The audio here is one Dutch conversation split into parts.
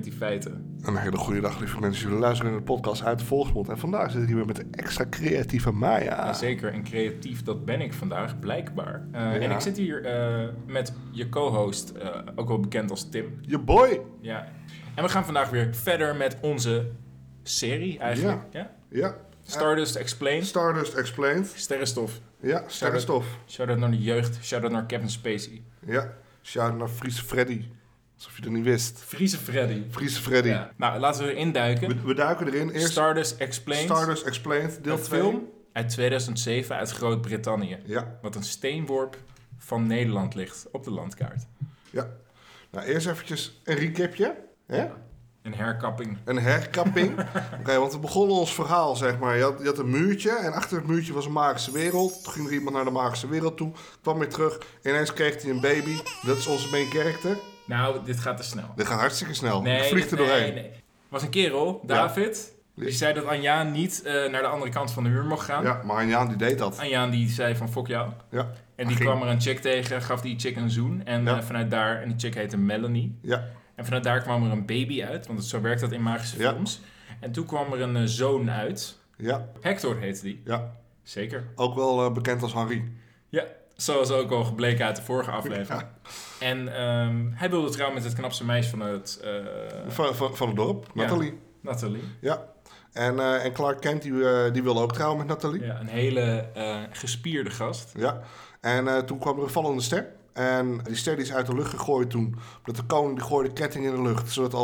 met die feiten. Een hele goede dag, lieve mensen. Jullie luisteren naar de podcast uit de Volksmond. En vandaag zit ik hier weer met de extra creatieve Maya. Ja, zeker, en creatief, dat ben ik vandaag, blijkbaar. En ik zit hier met je co-host, ook wel bekend als Tim. Je boy! Ja. En we gaan vandaag weer verder met onze serie, eigenlijk. Ja. Stardust Explained. Stardust Explained. Sterrenstof. Ja, sterrenstof. Shout-out naar de jeugd. Shout-out naar Kevin Spacey. Ja, shout-out naar Friese Freddy. Alsof je het niet wist. Friese Freddy. Friese Freddy. Ja. Nou, laten we erin duiken. We duiken erin. Eerst Stardust Explained. Stardust Explained, deel 2. Film uit 2007 uit Groot-Brittannië. Ja. Wat een steenworp van Nederland ligt op de landkaart. Ja. Nou, eerst eventjes een recapje. Hè? Een herkapping. Een herkapping. Oké, want we begonnen ons verhaal, zeg maar. Je had een muurtje en achter het muurtje was een magische wereld. Toen ging er iemand naar de magische wereld toe, kwam weer terug. Ineens kreeg hij een baby. Dat is onze main character. Nou, dit gaat te snel. Dit gaat hartstikke snel. Nee, vliegt er doorheen. Nee. Was een kerel, David, die zei dat Anjaan niet naar de andere kant van de muur mocht gaan. Ja, maar Anjaan die deed dat. Anjaan die zei van fuck jou. Ja. En die kwam er een chick tegen, gaf die chick een zoen. En vanuit daar, en die chick heette Melanie. Ja. En vanuit daar kwam er een baby uit, want zo werkt dat in magische films. En toen kwam er een zoon uit. Ja. Hector heette die. Ja. Zeker. Ook wel bekend als Harry. Ja, zoals ook al gebleken uit de vorige aflevering. Ja. En hij wilde trouwen met het knapste meisje van het... Van het dorp, Nathalie. Nathalie. Ja. En Clark Kent, die wilde ook trouwen met Nathalie. Ja, een hele gespierde gast. Ja. En toen kwam er een vallende ster. En die ster die is uit de lucht gegooid toen. Omdat de koning die gooide ketting in de lucht. Zodat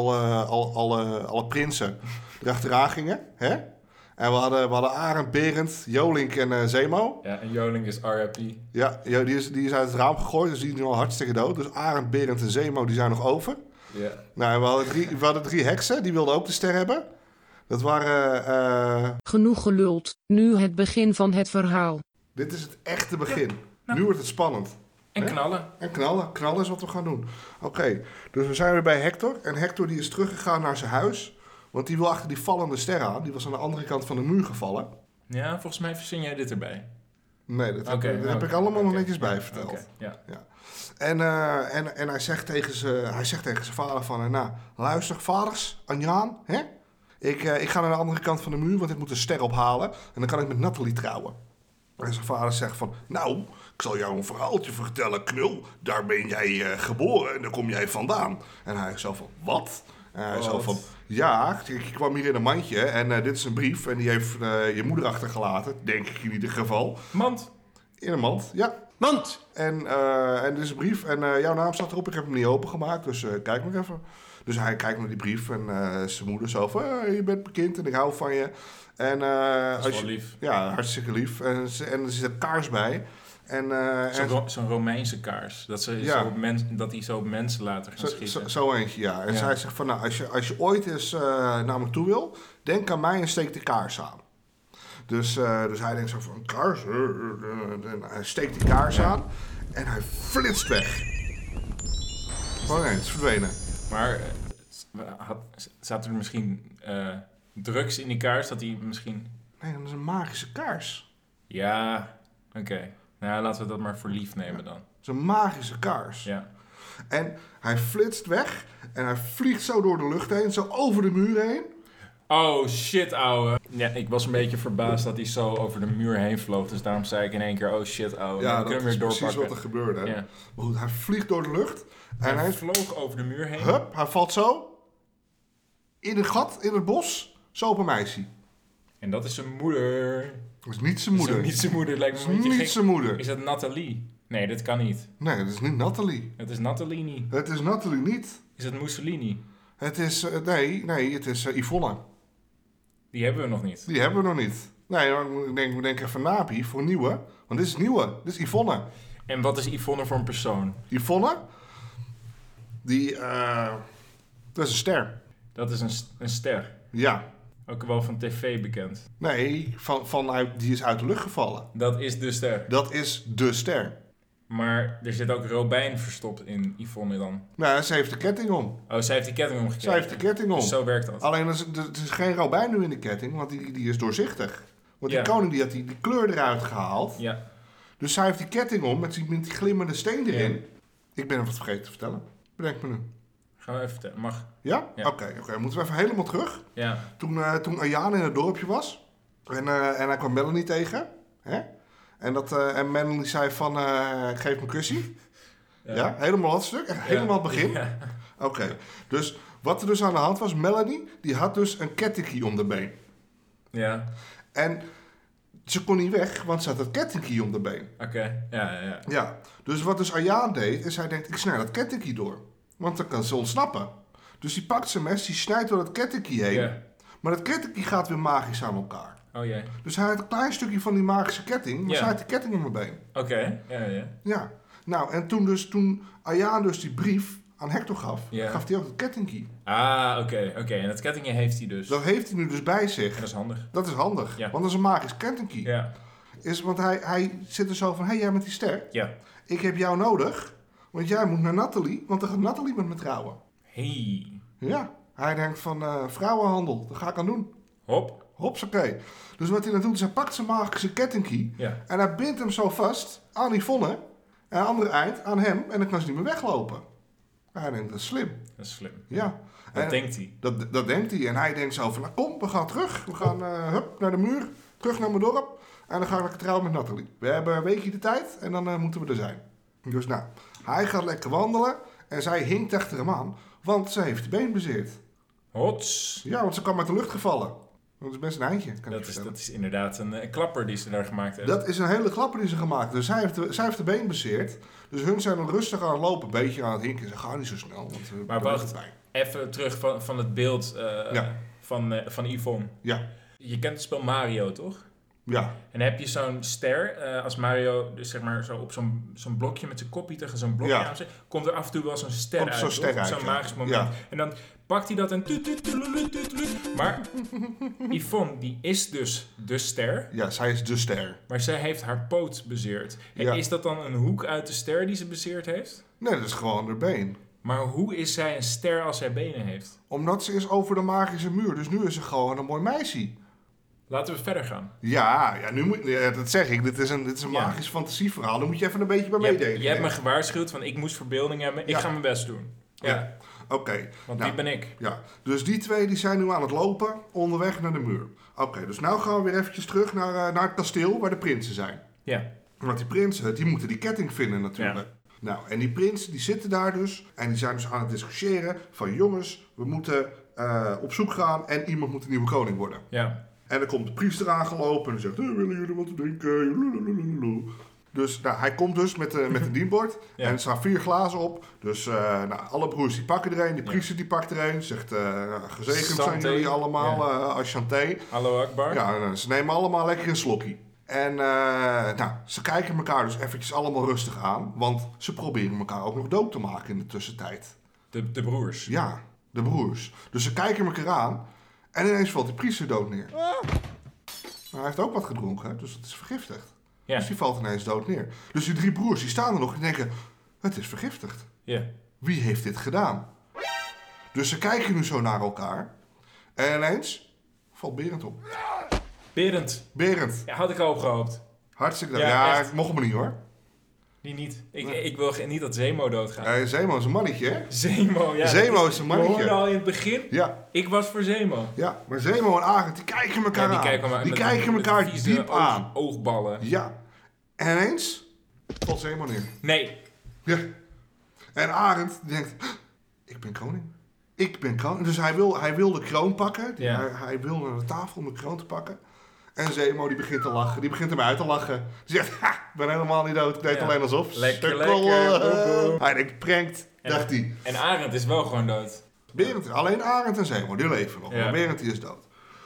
alle prinsen erachteraan gingen. Hè? En we hadden Arend, Berend, Jolink en Zemo. Ja, en Jolink is RIP. Ja, die is uit het raam gegooid. Dus die is nu al hartstikke dood. Dus Arend, Berend en Zemo die zijn nog over. Ja. Nou, we hadden drie heksen. Die wilden ook de ster hebben. Dat waren... Genoeg geluld. Nu het begin van het verhaal. Dit is het echte begin. Nu wordt het spannend. En knallen. En knallen. Knallen is wat we gaan doen. Oké, dus we zijn weer bij Hector. En Hector die is teruggegaan naar zijn huis. Want die wil achter die vallende ster aan. Die was aan de andere kant van de muur gevallen. Ja, volgens mij verzin jij dit erbij. Nee, dat heb ik allemaal nog netjes bij verteld. Okay, ja. En hij zegt tegen zijn vader van... Nou, luister, vaders, Anjaan, hè? Ik ga naar de andere kant van de muur, want ik moet een ster ophalen. En dan kan ik met Nathalie trouwen. En zijn vader zegt van... Nou, ik zal jou een verhaaltje vertellen, knul. Daar ben jij geboren en daar kom jij vandaan. En hij zo van, wat? En hij zo van... Ja, ik kwam hier in een mandje en dit is een brief. En die heeft je moeder achtergelaten, denk ik in ieder geval. Mand. In een mand, ja. Mand. En dit is een brief en jouw naam staat erop. Ik heb hem niet opengemaakt, dus kijk nog even. Dus hij kijkt naar die brief en zijn moeder zo van... je bent mijn kind en ik hou van je. En, dat is wel lief. Ja, hartstikke lief. En er zit een kaars bij. Zo'n Romeinse kaars. Dat die zo op mensen later gaan schieten. Zo eentje, ja. En zij zegt van, nou, als je ooit eens naar me toe wil... denk aan mij en steek de kaars aan. Dus hij denkt zo van, kaars? En hij steekt die kaars aan. En hij flitst weg. Oh nee, het is verdwenen. Maar zaten er misschien drugs in die kaars? Dat hij misschien... Nee, dat is een magische kaars. Ja, oké. Nou, laten we dat maar voor lief nemen dan. Het is een magische kaars. Ja. En hij flitst weg en hij vliegt zo door de lucht heen, zo over de muur heen. Oh, shit, ouwe. Ja, ik was een beetje verbaasd dat hij zo over de muur heen vloog. Dus daarom zei ik in één keer, oh shit, ouwe. Ja, dat is precies wat er gebeurde. Ja. Maar goed, hij vliegt door de lucht. En hij vloog over de muur heen. Hup, hij valt zo in een gat in het bos, zo op een meisje. En dat is zijn moeder. Dat is niet zijn moeder. Dat is niet zijn moeder. Lijkt me dat is niet zijn moeder. Is dat Nathalie? Nee, dat kan niet. Nee, dat is niet Nathalie. Het is Nathalie niet. Het is Nathalie niet. Is het Mussolini? Het is, nee, het is Yvonne. Die hebben we nog niet. Die hebben we nog niet. Nee, we denken even na, Pie, voor nieuwe. Want dit is nieuwe. Dit is Yvonne. En wat is Yvonne voor een persoon? Yvonne? Dat is een ster. Dat is een ster? Ja. Ook wel van tv bekend? Nee, die is uit de lucht gevallen. Dat is de ster? Dat is de ster. Maar er zit ook Robijn verstopt in Yvonne dan? Nou, ze heeft de ketting om. Oh, zij heeft die ketting omgekregen? Zij heeft de ketting om. Dus zo werkt dat? Alleen, er is geen Robijn nu in de ketting, want die is doorzichtig. Want die koning die had die kleur eruit gehaald. Ja. Dus zij heeft die ketting om met die glimmende steen erin. Ja. Ik ben hem wat vergeten te vertellen. Bedenk me nu. Gaan we even vertellen. Mag. Ja? Ja. Oké. Moeten we even helemaal terug. Ja. Toen Ayaan in het dorpje was. En hij kwam Melanie tegen. Hè? En Melanie zei van, geef me een kussie. Ja, helemaal dat stuk. Echt helemaal het begin. Ja. Oké. Dus wat er dus aan de hand was, Melanie, die had dus een kettingkie om de been. Ja. En ze kon niet weg, want ze had het kettingkie om de been. Oké. Ja. Ja. Dus wat dus Ayaan deed, is hij denkt, ik snij dat kettingkie door. Want dan kan ze ontsnappen. Dus die pakt zijn mes, die snijdt door het kettingkie heen. Ja. Maar dat kettingkie gaat weer magisch aan elkaar. Oh jee. Dus hij had een klein stukje van die magische ketting, maar Ja. zij had die ketting om mijn been. Oké. Ja. Ja. Nou, en toen Ayaan dus die brief aan Hector gaf, Ja. gaf hij ook het kettingkie. Ah, oké. En dat kettingje heeft hij dus. Dat heeft hij nu dus bij En zich. dat is handig. Dat is handig, Ja. want dat is een magisch kettingkie. Ja. Want hij zit er zo van, jij met die ster, Ja. ik heb jou nodig, want jij moet naar Nathalie, want dan gaat Nathalie met me trouwen. Hey. Ja, hij denkt van vrouwenhandel, dat ga ik aan doen. Hop. Hopsakee. Dus wat hij dan doet, is hij pakt zijn magische kettingkie Ja. en hij bindt hem zo vast aan Yvonne en aan het andere eind aan hem en dan kan ze niet meer weglopen. Hij denkt, dat is slim. Dat is slim. Ja. Dat En denkt hij. Dat denkt hij. En hij denkt zo van, nou kom, we gaan terug. We gaan naar de muur, terug naar mijn dorp. En dan ga ik trouwen met Nathalie. We hebben een weekje de tijd en dan moeten we er zijn. Dus nou, hij gaat lekker wandelen en zij hinkt achter hem aan, want ze heeft de been bezeerd. Hots. Ja, want ze kwam uit de lucht gevallen. Dat is best een eindje, kan ik vertellen. Dat is inderdaad een klapper die ze daar gemaakt heeft. Dat is een hele klapper die ze gemaakt heeft. Dus zij heeft de been bezeerd. Dus hun zijn dan rustig aan het lopen, een beetje aan het hinken. Ze gaan niet zo snel, want we Maar hebben wacht. pijn. Even terug van het beeld Ja. van Yvonne. Ja, Je kent het spel Mario, toch? ja, En dan heb je zo'n ster, als Mario dus zeg maar zo op zo'n blokje met zijn kopje tegen zo'n blokje Ja. aan zit, komt er af en toe wel zo'n ster Komt uit, zo'n toch? ster uit, Zo'n ja. magisch moment. Ja. En dan pakt hij dat en maar Yvonne, die is dus de ster, ja, zij is de ster. maar zij heeft haar poot bezeerd. En Ja. is dat dan een hoek uit de ster die ze bezeerd heeft? Nee, dat is gewoon haar been. Maar hoe is zij een ster als zij benen heeft? Omdat ze is over de magische muur. Dus nu is ze gewoon een mooi meisje. Laten we verder gaan. Ja, nu moet, dat zeg ik. Dit is een Ja. magisch fantasieverhaal. Daar moet je even een beetje bij Je meedenken. hebt me gewaarschuwd van ik moest verbeelding hebben. Ik Ja. ga mijn best doen. Ja, Oké. want Nou, wie ben ik? ja. Dus die twee die zijn nu aan het lopen onderweg naar de muur. Oké, dus nou gaan we weer eventjes terug naar het kasteel waar de prinsen zijn. Ja. Want die prinsen, die moeten die ketting vinden natuurlijk. Nou, en die prinsen die zitten daar dus. En die zijn dus aan het discussiëren van jongens, we moeten op zoek gaan en iemand moet de nieuwe koning worden. Ja. En dan komt de priester aangelopen en die zegt, willen jullie wat te drinken? Dus nou, hij komt dus met een dienbord Ja. en er staan 4 glazen op. Dus nou, alle broers die pakken er een, die Ja. priester die pakt er een. Zegt, gezegend zijn Santé. jullie allemaal, Ashanté. Hallo Akbar. Ja, en ze nemen allemaal lekker een slokje. En nou, ze kijken elkaar dus eventjes allemaal rustig aan. Want ze proberen elkaar ook nog dood te maken in de tussentijd. De broers. Ja, de broers. Dus ze kijken elkaar aan. En ineens valt die priester dood neer. Maar hij heeft ook wat gedronken, hè, dus het is vergiftigd. Ja. Dus die valt ineens dood neer. Dus die 3 broers die staan er nog en denken, het is vergiftigd. Ja. Wie heeft dit gedaan? Dus ze kijken nu zo naar elkaar. En ineens valt Berend op. Berend. Berend, Ja, had ik al op gehoopt. hartstikke Ja, ja, echt. ik mocht me niet hoor. Die niet. Nee. Ik wil niet dat Zemo doodgaat. Zemo is een mannetje, hè? Zemo, ja. Zemo dat is een We mannetje. hoorden al in het begin. Ja, Ik was voor Zemo. ja. Maar Zemo en Arend, die kijken elkaar aan. Die kijken elkaar vieze diep aan. Oogballen. Ja. En ineens valt Zemo neer. Nee. Ja. En Arend die denkt, ik ben koning. Ik ben koning. Dus hij wil de kroon pakken. Ja. Hij wil naar de tafel om de kroon te pakken. En Zemo die begint te lachen. Die begint hem uit te lachen. Die zegt, ha, ik ben helemaal niet dood. Ik deed Ja. alleen alsof. Lekker, Stukkel, lekker. Boe, boe. Hij denkt, prankt, dacht hij. En Arend is wel gewoon dood. Berend, alleen Arend en Zemo, die leven nog. Ja. Maar Berend die is dood.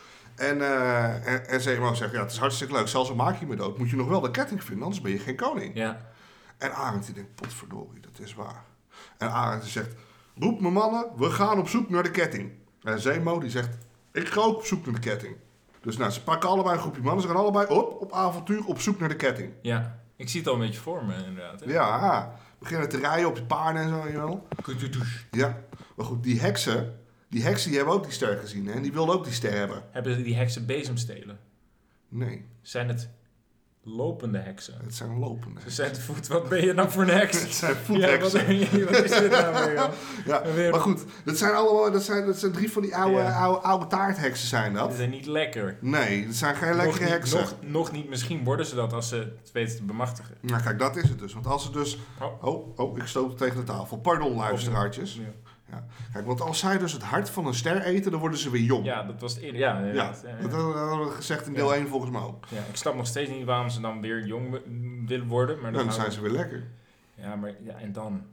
En Zemo zegt, ja, het is hartstikke leuk. Zelfs al maak je me dood, moet je nog wel de ketting vinden. Anders ben je geen koning. Ja. En Arend die denkt, potverdorie, dat is waar. En Arend die zegt, roep mijn mannen, we gaan op zoek naar de ketting. En Zemo die zegt, ik ga ook op zoek naar de ketting. Dus nou, ze pakken allebei een groepje mannen. Ze gaan allebei op avontuur op zoek naar de ketting. Ja. Ik zie het al een beetje voor me inderdaad. Hè? Ja, beginnen te rijden op de paarden en zo, je wel. Ja, maar goed, die heksen die hebben ook die ster gezien. Hè? En die wilden ook die ster hebben. Hebben die heksen bezemstelen? Nee. Zijn het Lopende heksen. Het zijn lopende Ze heksen. zijn te voet. Wat ben je nou voor een heks? Het zijn Ja, voetheksen. wat is dit nou weer, joh? Ja, Weer- maar goed, dat zijn 3 van die oude taartheksen zijn dat. Ze zijn niet lekker. Nee, dat zijn geen lekkere heksen. Nog niet. Misschien worden ze dat als ze het weten te bemachtigen. Nou kijk, dat is het dus. Want als ze dus... ik stoot tegen de tafel. Pardon, luisteraartjes. Ja. Ja. Kijk, want als zij dus het hart van een ster eten, dan worden ze weer jong. Ja, dat was het eerder. Ja, Ja, dat hadden we gezegd in deel 1 volgens mij ook. Ja, ik snap nog steeds niet waarom ze dan weer jong willen worden. Maar Dan zijn ze weer lekker. Ja, maar ja, en dan?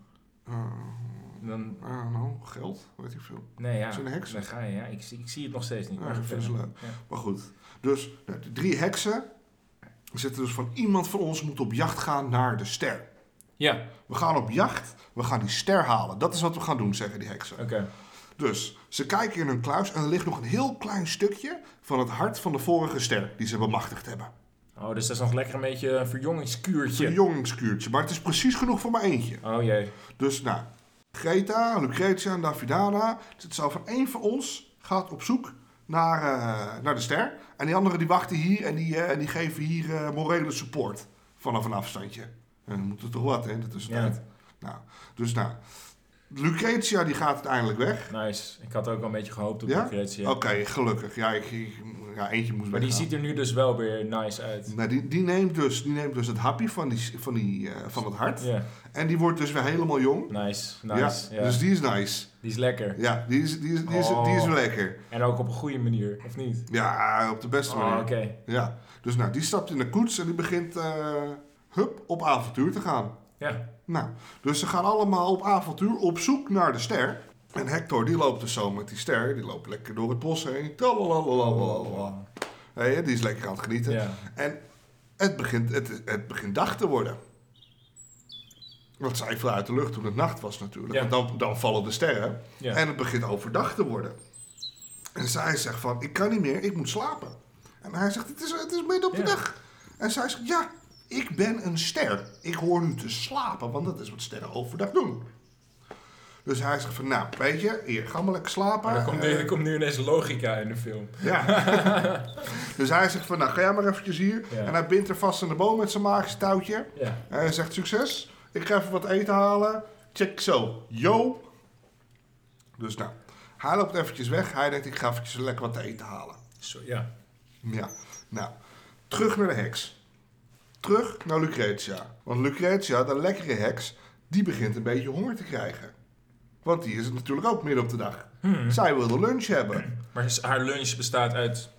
Dan Geld, weet ik veel. nee, ja. Zijn heksen? Dan ga je, ja. Ik zie het nog steeds niet. Ja, maar dat vinden ze verder. leuk. Ja. Maar goed, dus de 3 heksen zitten dus van iemand van ons moet op jacht gaan naar de ster. Ja, We gaan op jacht, we gaan die ster halen. Dat is wat we gaan doen, zeggen die heksen. oké. Dus ze kijken in hun kluis en er ligt nog een heel klein stukje van het hart van de vorige ster die ze bemachtigd hebben. Oh, dus dat is nog lekker een beetje een verjongingskuurtje. Een verjongingskuurtje, maar het is precies genoeg voor maar eentje. Oh jee. Dus nou, Greta, Lucretia en Davidana, het zou van één van ons gaat op zoek naar de ster. En die anderen die wachten hier en die geven hier morele support vanaf een afstandje. En dan moet er toch wat in de tussentijd. Ja. Nou, Lucretia die gaat uiteindelijk weg. Nice. Ik had ook wel een beetje gehoopt op Ja? Lucretia. Oké, gelukkig. Ja, eentje moest Maar die weggaan. ziet er nu dus wel weer nice uit. Nou, die neemt dus het happie van het hart. Ja, En die wordt dus weer helemaal jong. nice. Ja, Ja. dus die is nice. Die is lekker. Ja, die is wel lekker. En ook op een goede manier, of niet? Ja, op de beste manier. Oh, oké. Ja, dus nou, die stapt in de koets en die begint op avontuur te gaan. Ja. Nou, dus ze gaan allemaal op avontuur op zoek naar de ster. En Hector die loopt dus zo met die ster, die loopt lekker door het bos heen. Tralalalala. Hey, die is lekker aan het genieten. Ja. En het begint dag te worden. Want zij viel uit de lucht toen het nacht was natuurlijk. Ja. Want dan vallen de sterren. Ja. En het begint overdag te worden. En zij zegt van, ik kan niet meer, ik moet slapen. En hij zegt, het is midden op de Ja. dag. En zij zegt, ja, ik ben een ster. Ik hoor nu te slapen, want dat is wat sterren overdag doen. Dus hij zegt van, nou, weet je, hier, ga maar lekker slapen. Maar er komt nu ineens logica in de film. Ja. Dus hij zegt van, nou, ga jij maar eventjes hier. Ja. En hij bindt haar vast aan de boom met zijn magische touwtje. Ja. En hij zegt, succes, ik ga even wat eten halen. Check zo, yo. Dus nou, hij loopt eventjes weg. Hij denkt, ik ga eventjes lekker wat te eten halen. Zo, ja. Ja, nou, terug naar de heks. Terug naar Lucretia. Want Lucretia, de lekkere heks, die begint een beetje honger te krijgen. Want die is het natuurlijk ook midden op de dag. Zij wil de lunch hebben. Maar haar lunch bestaat uit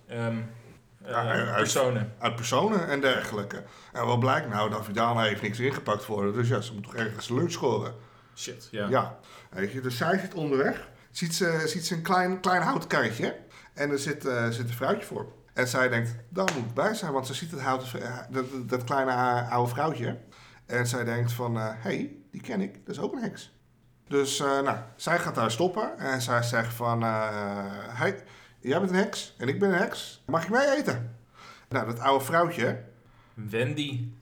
personen. Uit personen en dergelijke. En wat blijkt nou, Davidana heeft niks ingepakt voor haar. Dus ja, ze moet toch ergens lunch scoren. Shit, ja. Ja, weet je, dus zij zit onderweg. Ziet ze een klein houtkarretje. En er zit een vrouwtje voor. En zij denkt, daar moet ik bij zijn. Want ze ziet dat kleine oude vrouwtje. En zij denkt van, hey, die ken ik. Dat is ook een heks. Dus nou, zij gaat daar stoppen. En zij zegt van, hey, jij bent een heks en ik ben een heks. Mag ik mee eten? Nou, dat oude vrouwtje, Wendy.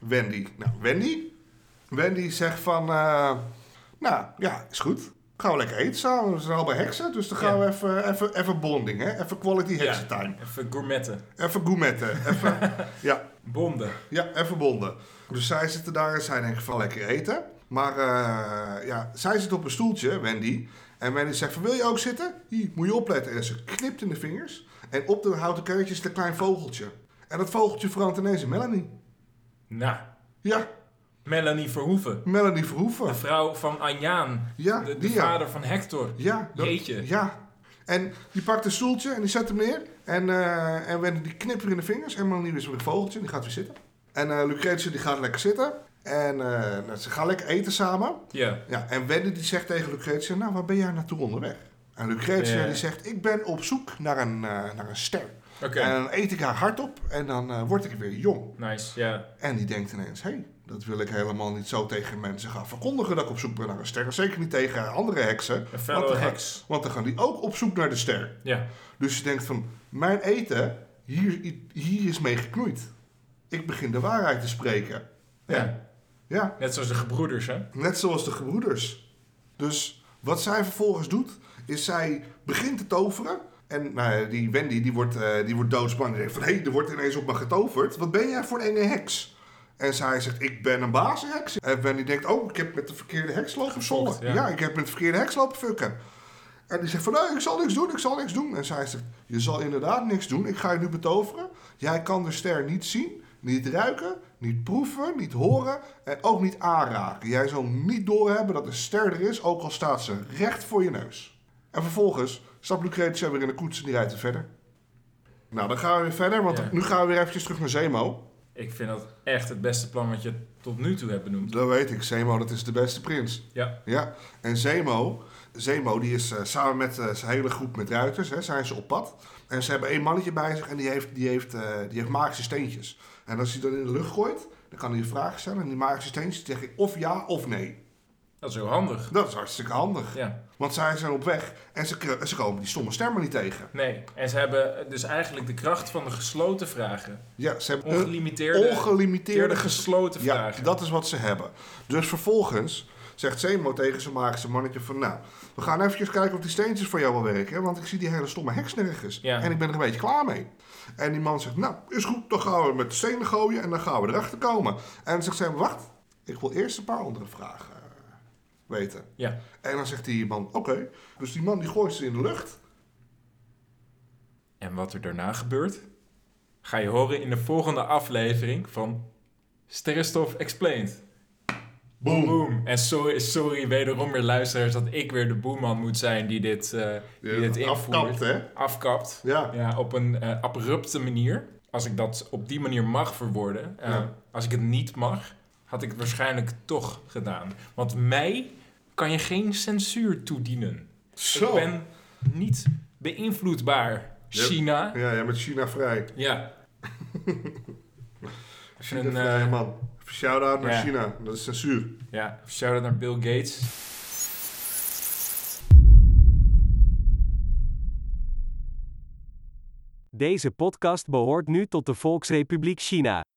Wendy zegt van, nou ja, is goed. Gaan we lekker eten samen. We zijn al bij heksen, dus dan gaan we even bonding, hè? Even quality heksentime. Even gourmetten. Even gourmetten. Bonden. Ja, even bonden. Dus zij zitten daar en zij denken van lekker eten. Maar zij zit op een stoeltje, Wendy. En Wendy zegt van, wil je ook zitten? Hier, moet je opletten. En ze knipt in de vingers. En op de houten karretje zit een klein vogeltje. En dat vogeltje verandert ineens in Melanie. Nou, Ja, Melanie Verhoeven. Melanie De Verhoeven. vrouw van Anjaan. Ja, De die vader van Hector. Ja, Jeetje. Ja. En die pakt een stoeltje en die zet hem neer. En Wendy die knipt weer in de vingers. En Melanie is weer een vogeltje en die gaat weer zitten. En Lucretia die gaat lekker zitten. En ze gaan lekker eten samen. Ja. Ja, en Wendy die zegt tegen Lucretia, nou, waar ben jij naartoe onderweg? En Lucretia Ja. die zegt, ik ben op zoek naar een ster. Oké. En dan eet ik haar hart op en dan word ik weer jong. Nice, ja. En die denkt ineens, hé, dat wil ik helemaal niet zo tegen mensen gaan verkondigen dat ik op zoek ben naar een ster. Zeker niet tegen andere heksen. Een fellow heks. Want dan gaan die ook op zoek naar de ster. Ja. Dus je denkt van, mijn eten, hier is mee geknoeid. Ik begin de waarheid te spreken. Ja. Ja, Net zoals de gebroeders, hè? net zoals de gebroeders. Dus wat zij vervolgens doet, is zij begint te toveren. En die Wendy, die wordt doodsbang. Die denkt van, hé, er wordt ineens op me getoverd. Wat ben jij voor een enge heks? En zij zegt, ik ben een bazenheks. En Wendy denkt, ik heb met de verkeerde heks lopen zollen. Ja, ik heb met de verkeerde heks lopen fucken. En die zegt van, nee, ik zal niks doen. En zij zegt, je zal inderdaad niks doen. Ik ga je nu betoveren. Jij kan de ster niet zien, niet ruiken, niet proeven, niet horen en ook niet aanraken. Jij zal niet doorhebben dat de ster er is, ook al staat ze recht voor je neus. En vervolgens stapt Lucretia weer in de koets en die rijdt er verder. Nou, dan gaan we weer verder, want nu gaan we weer eventjes terug naar Zemo. Ik vind dat echt het beste plan wat je tot nu toe hebt benoemd. Dat weet ik. Zemo, dat is de beste prins. Ja. En Zemo die is samen met zijn hele groep met ruiters, zijn ze op pad. En ze hebben 1 mannetje bij zich en die heeft magische steentjes. En als hij dat in de lucht gooit, dan kan hij een vraag stellen. En die magische steentjes zeggen of ja of nee. Dat is heel handig. Dat is hartstikke handig. Ja. Want zij zijn op weg en ze komen die stomme stemmen niet tegen. Nee, en ze hebben dus eigenlijk de kracht van de gesloten vragen. Ja, ze hebben ongelimiteerde gesloten vragen. Ja, dat is wat ze hebben. Dus vervolgens zegt Zemo tegen zijn magische mannetje van, nou, we gaan eventjes kijken of die steentjes voor jou wel werken. Hè? Want ik zie die hele stomme heks nergens. Ja. En ik ben er een beetje klaar mee. En die man zegt, nou, is goed, dan gaan we met de stenen gooien en dan gaan we erachter komen. En dan zegt Zemo, wacht, ik wil eerst een paar andere vragen weten. Ja. En dan zegt die man, oké. Dus die man die gooit ze in de lucht. En wat er daarna gebeurt, ga je horen in de volgende aflevering van Sterrenstof Explained. Boom. En sorry wederom weer luisteraars dat ik weer de boeman moet zijn die dit invoert. Afkapt, hè? Afkapt. Ja. Op een abrupte manier. Als ik dat op die manier mag verwoorden. Als ik het niet mag, had ik het waarschijnlijk toch gedaan. Want mij kan je geen censuur toedienen. Zo. Ik ben niet beïnvloedbaar, China. Ja, jij bent China vrij. Ja. China vrij, man. Shout-out naar China. Dat is censuur. Ja, shout-out naar Bill Gates. Deze podcast behoort nu tot de Volksrepubliek China.